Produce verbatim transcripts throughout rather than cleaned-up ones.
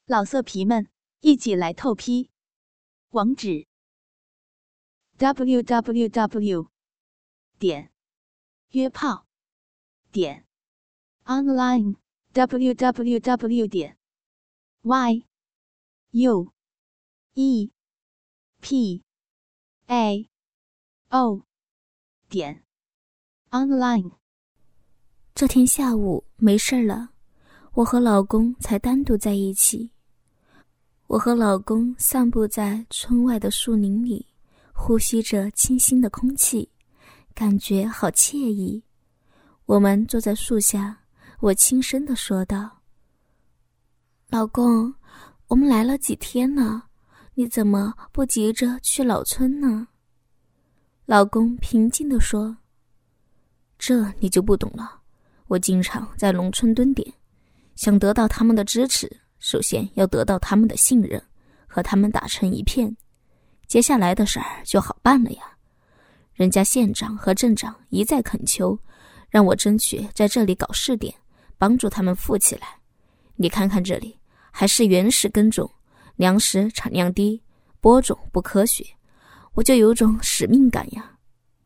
老色皮们，一起来透批！网址 ：double u double u double u 点约炮点 online double u double u double u 点 y u e p a o 点 online。 这天下午没事了，我和老公才单独在一起。我和老公散步在村外的树林里，呼吸着清新的空气，感觉好惬意。我们坐在树下，我轻声地说道：老公，我们来了几天了，你怎么不急着去老村呢？老公平静地说：这你就不懂了，我经常在农村蹲点，想得到他们的支持，首先要得到他们的信任，和他们打成一片，接下来的事儿就好办了呀。人家县长和镇长一再恳求，让我争取在这里搞试点，帮助他们富起来。你看看这里，还是原始耕种，粮食产量低，播种不科学，我就有种使命感呀。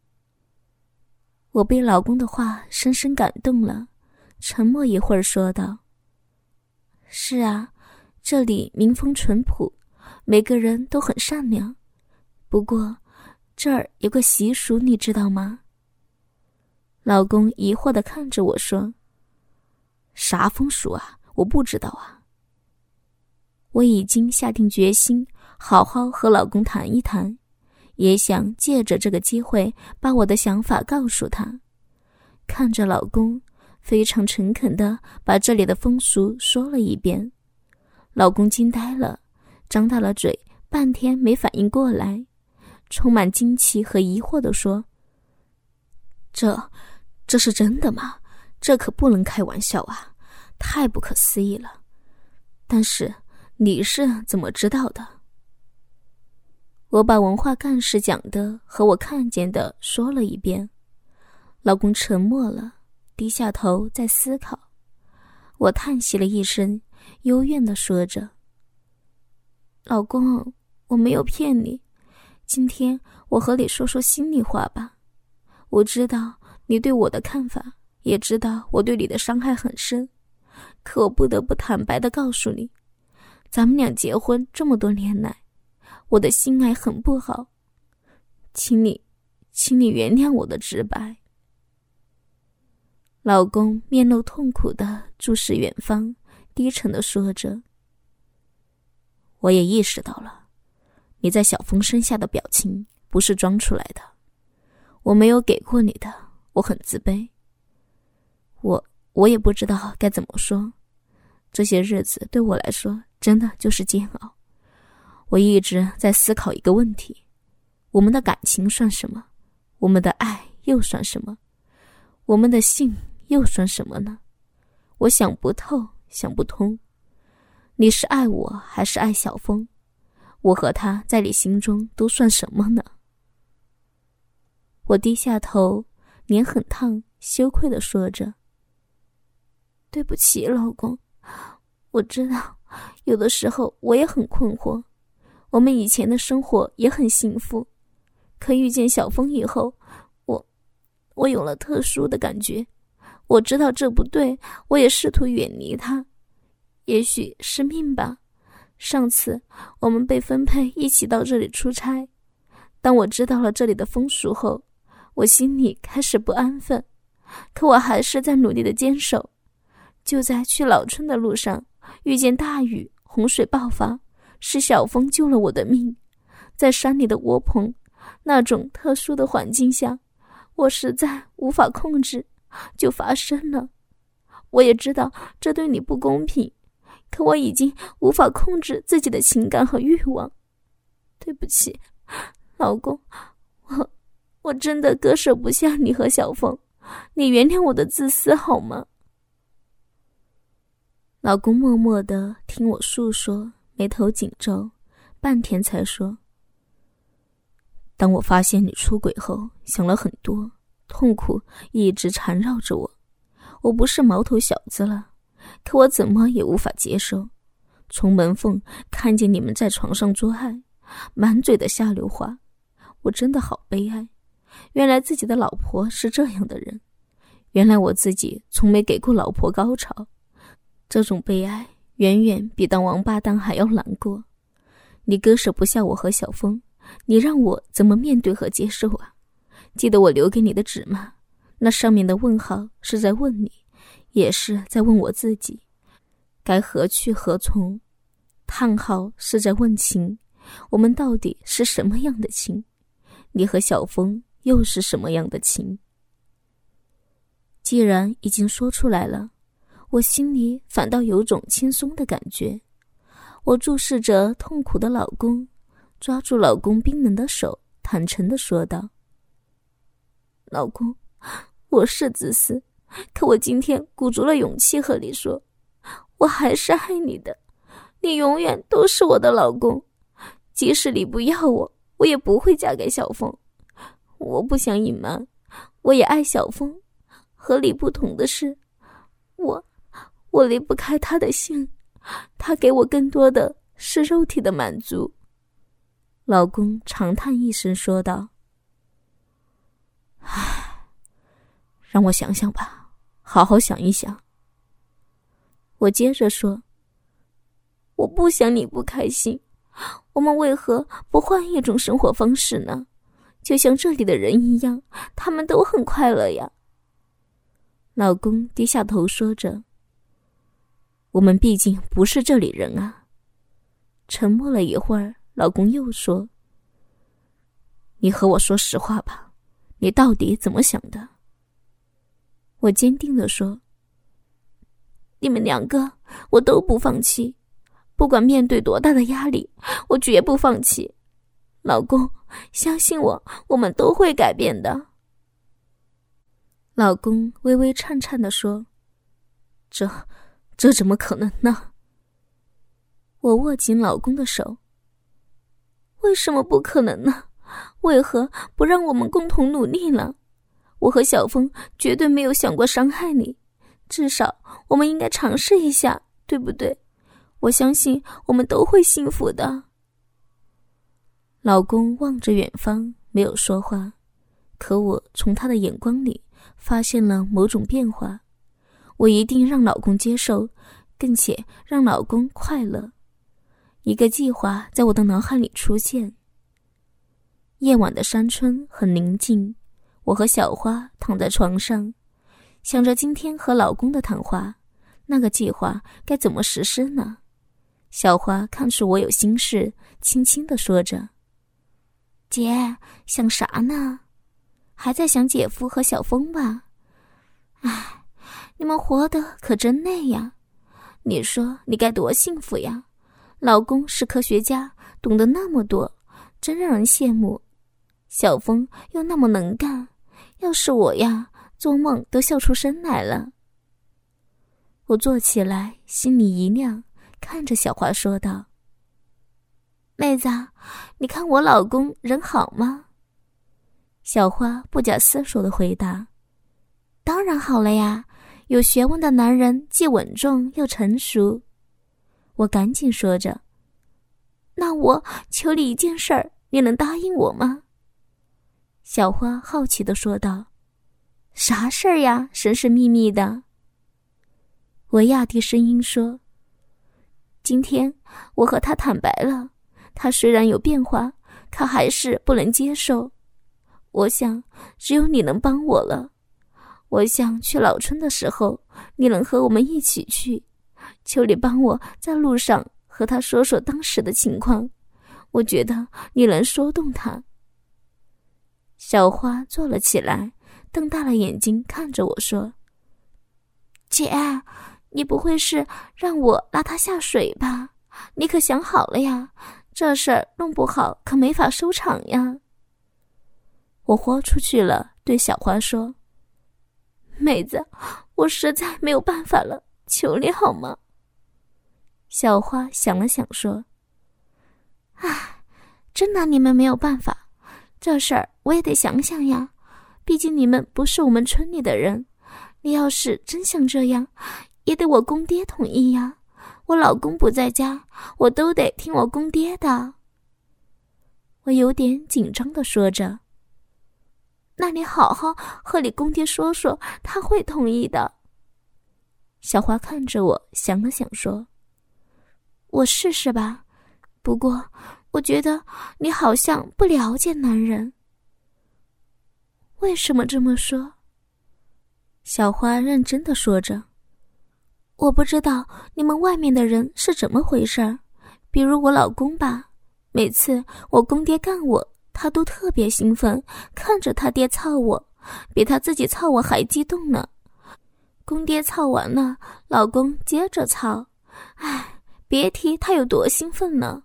我被老公的话深深感动了，沉默一会儿说道：是啊，这里民风淳朴，每个人都很善良。不过这儿有个习俗，你知道吗？老公疑惑地看着我说：啥风俗啊？我不知道啊。我已经下定决心好好和老公谈一谈，也想借着这个机会把我的想法告诉他。看着老公非常诚恳地把这里的风俗说了一遍，老公惊呆了，张大了嘴，半天没反应过来，充满惊奇和疑惑地说：这这是真的吗？这可不能开玩笑啊，太不可思议了。但是你是怎么知道的？我把文化干事讲的和我看见的说了一遍。老公沉默了，低下头在思考。我叹息了一声，幽怨地说着：老公，我没有骗你，今天我和你说说心里话吧。我知道你对我的看法，也知道我对你的伤害很深，可我不得不坦白地告诉你，咱们俩结婚这么多年来，我的心爱很不好，请你请你原谅我的直白。老公面露痛苦地注视远方，低沉地说着：我也意识到了，你在小峰身下的表情不是装出来的，我没有给过你的，我很自卑。我我也不知道该怎么说，这些日子对我来说真的就是煎熬。我一直在思考一个问题，我们的感情算什么？我们的爱又算什么？我们的性又算什么呢？我想不透，想不通。你是爱我还是爱小峰？我和他在你心中都算什么呢？我低下头，脸很烫，羞愧地说着：对不起，老公，我知道有的时候我也很困惑，我们以前的生活也很幸福，可遇见小峰以后，我我有了特殊的感觉。我知道这不对，我也试图远离他，也许是命吧。上次我们被分配一起到这里出差，当我知道了这里的风俗后，我心里开始不安分，可我还是在努力的坚守。就在去老村的路上，遇见大雨，洪水爆发，是小峰救了我的命。在山里的窝棚，那种特殊的环境下，我实在无法控制，就发生了。我也知道这对你不公平，可我已经无法控制自己的情感和欲望。对不起，老公，我我真的割舍不下你和小峰，你原谅我的自私好吗？老公默默地听我诉说，眉头紧皱，半天才说：当我发现你出轨后，想了很多，痛苦一直缠绕着我。我不是毛头小子了，可我怎么也无法接受。 从门缝看见你们在床上做爱，满嘴的下流话，我真的好悲哀。原来自己的老婆是这样的人，原来我自己从没给过老婆高潮，这种悲哀远远比当王八蛋还要难过。你割舍不下我和小峰，你让我怎么面对和接受啊？记得我留给你的纸吗？那上面的问号是在问你，也是在问我自己，该何去何从？叹号是在问情，我们到底是什么样的情？你和小峰又是什么样的情？既然已经说出来了，我心里反倒有种轻松的感觉。我注视着痛苦的老公，抓住老公冰冷的手，坦诚地说道：老公，我是自私，可我今天鼓足了勇气和你说，我还是爱你的，你永远都是我的老公，即使你不要我，我也不会嫁给小峰。我不想隐瞒，我也爱小峰，和你不同的是，我我离不开他的心，他给我更多的是肉体的满足。老公长叹一声说道：唉，让我想想吧，好好想一想。我接着说：我不想你不开心，我们为何不换一种生活方式呢？就像这里的人一样，他们都很快乐呀。老公低下头说着：我们毕竟不是这里人啊。沉默了一会儿，老公又说：你和我说实话吧，你到底怎么想的？我坚定地说：你们两个我都不放弃，不管面对多大的压力，我绝不放弃。老公，相信我，我们都会改变的。老公微微颤颤地说：这这怎么可能呢？我握紧老公的手：为什么不可能呢？为何不让我们共同努力呢？我和小峰绝对没有想过伤害你，至少我们应该尝试一下，对不对？我相信我们都会幸福的。老公望着远方，没有说话，可我从他的眼光里发现了某种变化。我一定让老公接受，更且让老公快乐。一个计划在我的脑海里出现。夜晚的山村很宁静，我和小花躺在床上，想着今天和老公的谈话，那个计划该怎么实施呢？小花看出我有心事，轻轻地说着：姐，想啥呢？还在想姐夫和小峰吧？唉，你们活得可真累呀！你说你该多幸福呀！老公是科学家，懂得那么多，真让人羡慕。小峰又那么能干，要是我呀，做梦都笑出声来了。我坐起来，心里一亮，看着小花说道：妹子，你看我老公人好吗？小花不假思索地回答：当然好了呀，有学问的男人既稳重又成熟。我赶紧说着：那我求你一件事儿，你能答应我吗？小花好奇地说道：啥事儿呀，神神秘秘的。我压低声音说：今天我和他坦白了，他虽然有变化，可还是不能接受。我想只有你能帮我了。我想去老村的时候，你能和我们一起去，求你帮我在路上和他说说当时的情况，我觉得你能说动他。小花坐了起来，瞪大了眼睛看着我说：姐，你不会是让我拉他下水吧？你可想好了呀，这事儿弄不好可没法收场呀。我豁出去了，对小花说：妹子，我实在没有办法了，求你好吗？小花想了想说：唉，真拿你们没有办法，这事儿我也得想想呀，毕竟你们不是我们村里的人，你要是真想这样，也得我公爹同意呀， 我老公不在家，我都得听我公爹的。我有点紧张地说着。那你好好和你公爹说说，他会同意的。小花看着我，想了想说，我试试吧，不过我觉得你好像不了解男人。为什么这么说？小花认真地说着，我不知道你们外面的人是怎么回事，比如我老公吧，每次我公爹干我，他都特别兴奋，看着他爹操我，比他自己操我还激动呢。公爹操完了，老公接着操，唉，别提他有多兴奋了。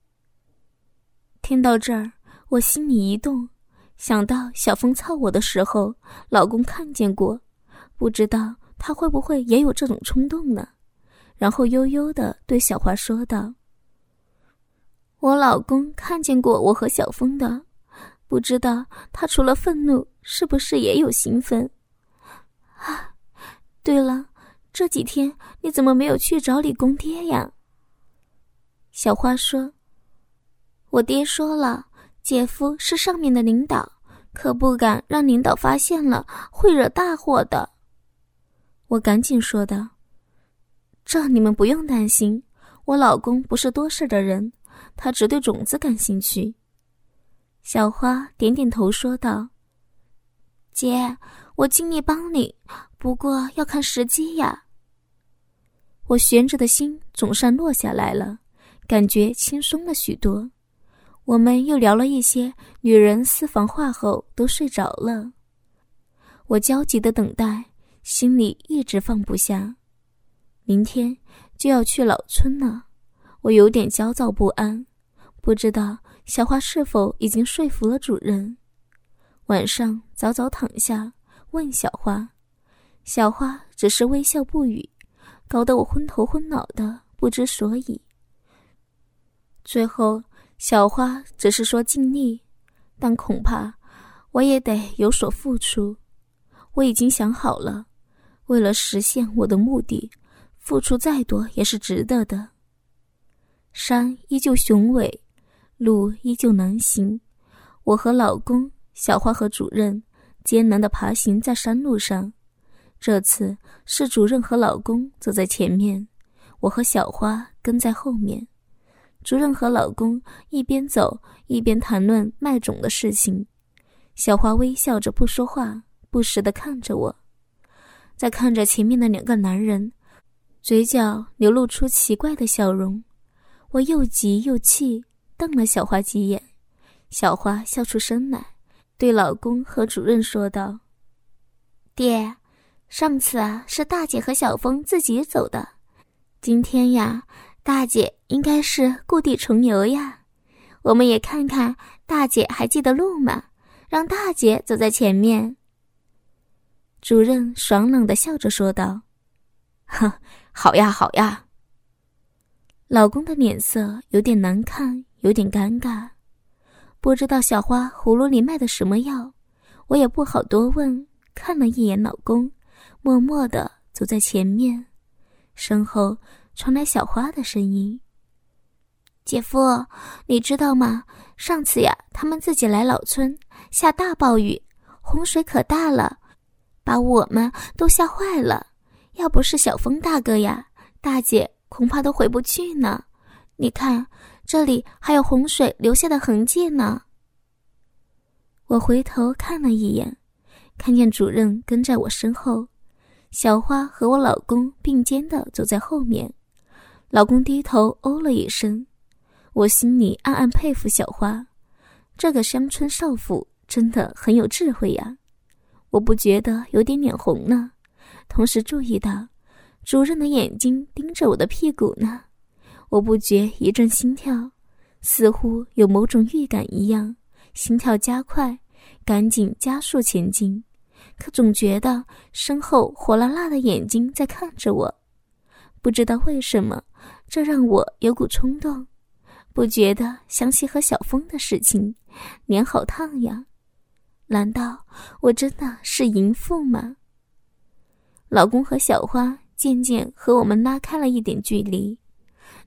听到这儿，我心里一动，想到小峰操我的时候，老公看见过，不知道他会不会也有这种冲动呢？然后悠悠地对小花说道，我老公看见过我和小峰的，不知道他除了愤怒，是不是也有兴奋？啊，对了，这几天你怎么没有去找你公爹呀？小花说，我爹说了，姐夫是上面的领导，可不敢让领导发现了，会惹大祸的。我赶紧说道，这你们不用担心，我老公不是多事的人，他只对种子感兴趣。小花点点头说道，姐，我尽力帮你，不过要看时机呀。我悬着的心总算落下来了，感觉轻松了许多。我们又聊了一些女人私房话后都睡着了。我焦急地等待，心里一直放不下。明天就要去老村了，我有点焦躁不安，不知道小花是否已经说服了主任。晚上早早躺下，问小花，小花只是微笑不语，搞得我昏头昏脑的不知所以。最后小花只是说尽力，但恐怕我也得有所付出。我已经想好了，为了实现我的目的，付出再多也是值得的。山依旧雄伟，路依旧难行，我和老公、小花和主任艰难地爬行在山路上。这次是主任和老公走在前面，我和小花跟在后面。主任和老公一边走一边谈论卖种的事情，小花微笑着不说话，不时地看着我。再看着前面的两个男人，嘴角流露出奇怪的笑容。我又急又气，瞪了小花几眼。小花笑出声来，对老公和主任说道，爹，上次啊是大姐和小峰自己走的，今天呀大姐应该是故地重游呀，我们也看看大姐还记得路吗？让大姐走在前面。主任爽朗地笑着说道，哼，好呀好呀。老公的脸色有点难看，有点尴尬，不知道小花葫芦里卖的什么药，我也不好多问，看了一眼老公，默默地走在前面。身后传来小花的声音，姐夫，你知道吗？上次呀，他们自己来老村，下大暴雨，洪水可大了，把我们都吓坏了。要不是小峰大哥呀，大姐恐怕都回不去呢。你看，这里还有洪水留下的痕迹呢。我回头看了一眼，看见主任跟在我身后，小花和我老公并肩地走在后面。老公低头哦了一声，我心里暗暗佩服小花，这个乡村少妇真的很有智慧呀。我不觉得有点脸红呢，同时注意到主任的眼睛盯着我的屁股呢，我不觉一阵心跳，似乎有某种预感一样，心跳加快，赶紧加速前进，可总觉得身后火辣辣的眼睛在看着我。不知道为什么，这让我有股冲动，不觉得想起和小峰的事情，脸好烫呀。难道我真的是淫妇吗？老公和小花渐渐和我们拉开了一点距离，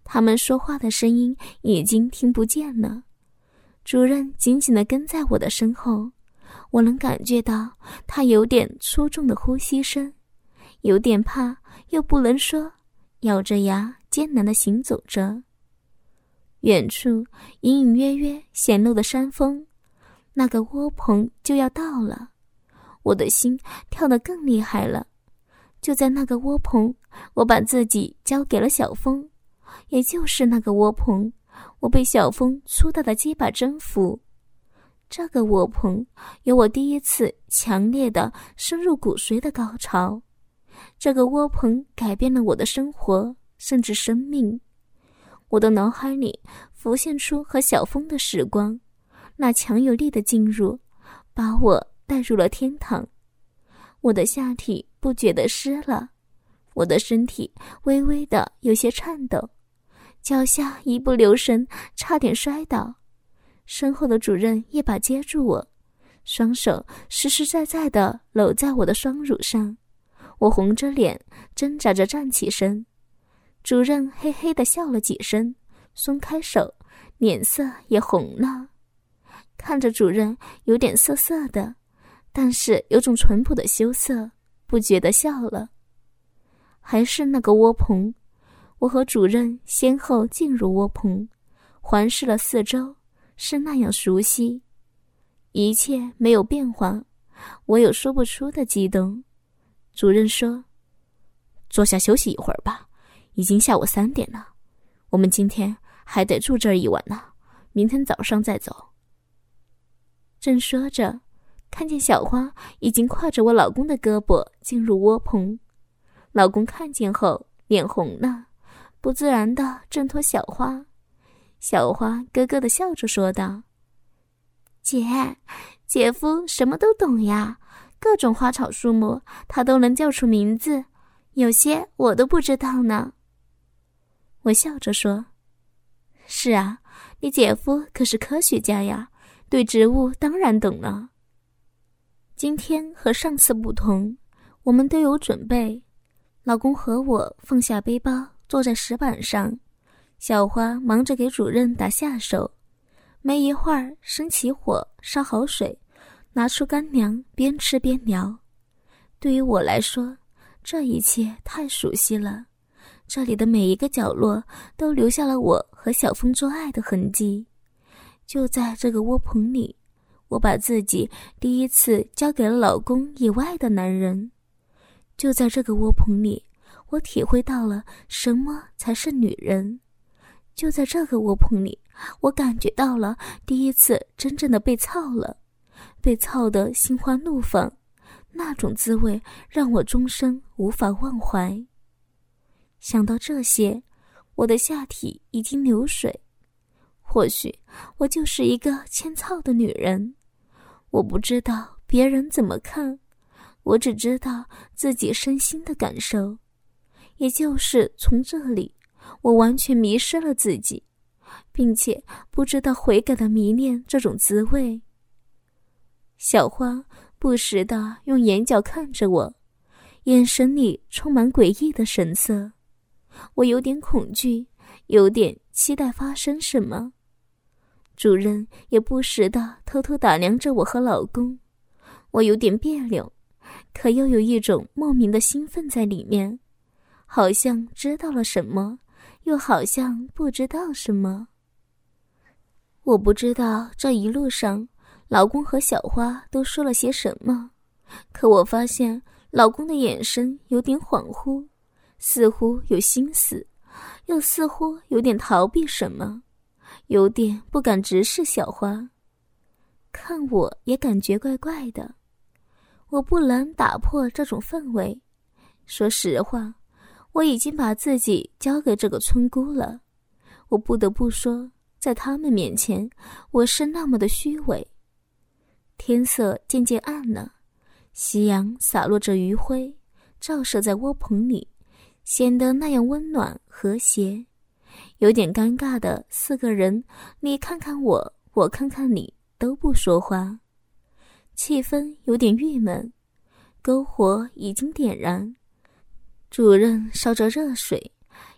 他们说话的声音已经听不见了。主任紧紧地跟在我的身后，我能感觉到他有点粗重的呼吸声，有点怕又不能说，咬着牙艰难地行走着。远处隐隐约约显露的山峰，那个窝棚就要到了，我的心跳得更厉害了。就在那个窝棚，我把自己交给了小峰，也就是那个窝棚，我被小峰粗大的鸡巴征服。这个窝棚有我第一次强烈的深入骨髓的高潮，这个窝棚改变了我的生活，甚至生命。我的脑海里浮现出和小峰的时光，那强有力的进入把我带入了天堂。我的下体不觉得湿了，我的身体微微的有些颤抖，脚下一不留神差点摔倒，身后的主任一把接住我，双手实实在在地搂在我的双乳上。我红着脸挣扎着站起身，主任嘿嘿地笑了几声，松开手，脸色也红了。看着主任有点涩涩的，但是有种淳朴的羞涩，不觉得笑了。还是那个窝棚，我和主任先后进入窝棚，环视了四周，是那样熟悉。一切没有变化，我有说不出的激动。主任说：“坐下休息一会儿吧，已经下午三点了，我们今天还得住这儿一晚呢，明天早上再走。”正说着，看见小花已经挎着我老公的胳膊进入窝棚，老公看见后脸红了，不自然地挣脱小花。小花咯咯地笑着说道：“姐，姐夫什么都懂呀，各种花草树木他都能叫出名字，有些我都不知道呢。”我笑着说：“是啊，你姐夫可是科学家呀，对植物当然懂了。”今天和上次不同，我们都有准备。老公和我放下背包，坐在石板上，小花忙着给主任打下手。没一会儿，生起火，烧好水，拿出干粮，边吃边聊。对于我来说，这一切太熟悉了，这里的每一个角落都留下了我和小峰做爱的痕迹。就在这个窝棚里，我把自己第一次交给了老公以外的男人。就在这个窝棚里，我体会到了什么才是女人。就在这个窝棚里，我感觉到了第一次真正的被操了，被操得心花怒放，那种滋味让我终生无法忘怀。想到这些，我的下体已经流水。或许我就是一个欠操的女人，我不知道别人怎么看，我只知道自己身心的感受。也就是从这里，我完全迷失了自己，并且不知道悔改的迷恋这种滋味。小花不时地用眼角看着我，眼神里充满诡异的神色。我有点恐惧，有点期待发生什么。主任也不时地偷偷打量着我和老公，我有点别扭，可又有一种莫名的兴奋在里面，好像知道了什么，又好像不知道什么。我不知道这一路上老公和小花都说了些什么，可我发现老公的眼神有点恍惚，似乎有心思，又似乎有点逃避什么，有点不敢直视小花。看我也感觉怪怪的，我不能打破这种氛围。说实话，我已经把自己交给这个村姑了，我不得不说，在他们面前，我是那么的虚伪。天色渐渐暗了，夕阳洒落着余晖，照射在窝棚里，显得那样温暖和谐。有点尴尬的四个人，你看看我，我看看你，都不说话，气氛有点郁闷。篝火已经点燃，主任烧着热水，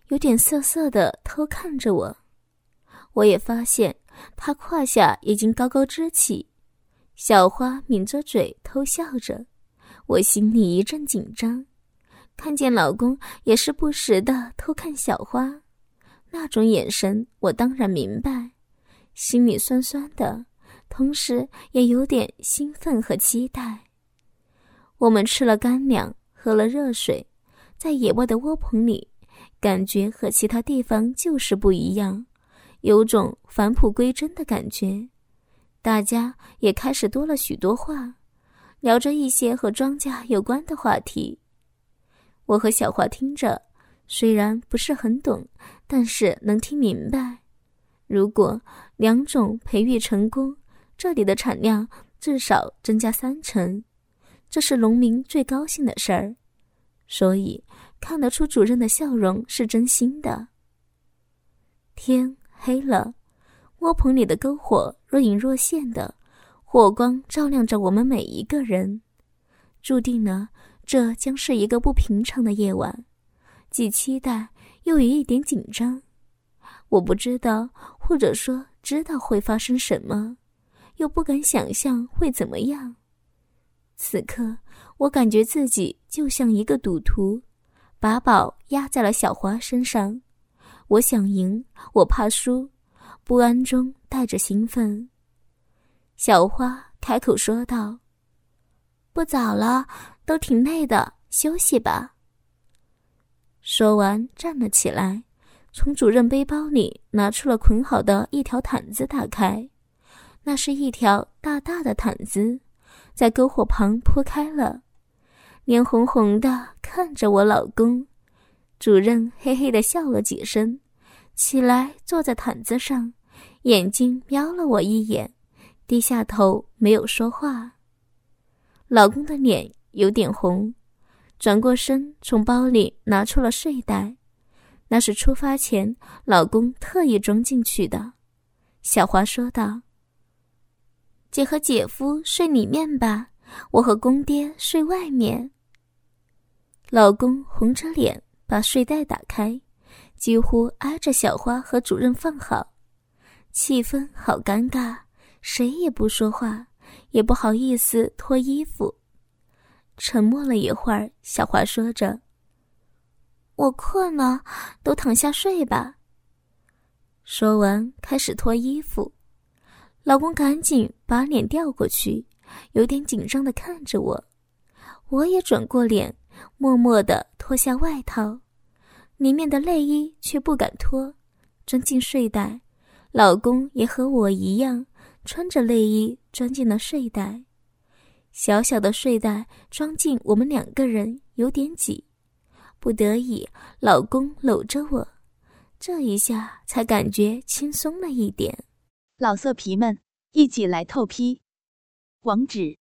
有点涩涩地偷看着我。我也发现他胯下已经高高支起，小花抿着嘴偷笑着，我心里一阵紧张。看见老公也是不时地偷看小花，那种眼神我当然明白，心里酸酸的，同时也有点兴奋和期待。我们吃了干粮，喝了热水，在野外的窝棚里，感觉和其他地方就是不一样，有种返璞归真的感觉。大家也开始多了许多话，聊着一些和庄稼有关的话题。我和小花听着，虽然不是很懂，但是能听明白。如果两种培育成功，这里的产量至少增加三成，这是农民最高兴的事儿。所以看得出主任的笑容是真心的。天黑了，窝棚里的篝火若隐若现的，火光照亮着我们每一个人，注定了这将是一个不平常的夜晚，既期待又有一点紧张。我不知道，或者说知道会发生什么，又不敢想象会怎么样。此刻我感觉自己就像一个赌徒，把宝压在了小花身上。我想赢，我怕输，不安中带着兴奋。小花开口说道：不早了，都挺累的，休息吧。说完站了起来，从主任背包里拿出了捆好的一条毯子，打开。那是一条大大的毯子，在篝火旁铺开了，脸红红的看着我老公。主任嘿嘿地笑了几声，起来坐在毯子上，眼睛瞄了我一眼，低下头没有说话。老公的脸有点红，转过身从包里拿出了睡袋，那是出发前老公特意装进去的。小花说道：姐和姐夫睡里面吧，我和公爹睡外面。老公红着脸把睡袋打开，几乎挨着小花和主任放好，气氛好尴尬，谁也不说话，也不好意思脱衣服。沉默了一会儿，小花说着：我困了，都躺下睡吧。说完开始脱衣服，老公赶紧把脸调过去，有点紧张地看着我。我也转过脸，默默地脱下外套，里面的内衣却不敢脱，钻进睡袋。老公也和我一样，穿着内衣钻进了睡袋。小小的睡袋装进我们两个人有点挤，不得已老公搂着我，这一下才感觉轻松了一点。 老色皮们，一起来透批！网址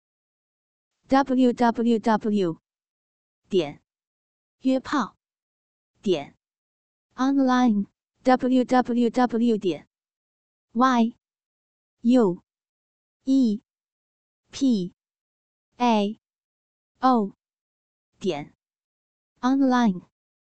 ：double-u double-u double-u 点约炮点 online double-u double-u double-u 点 y u e p a o 点 online。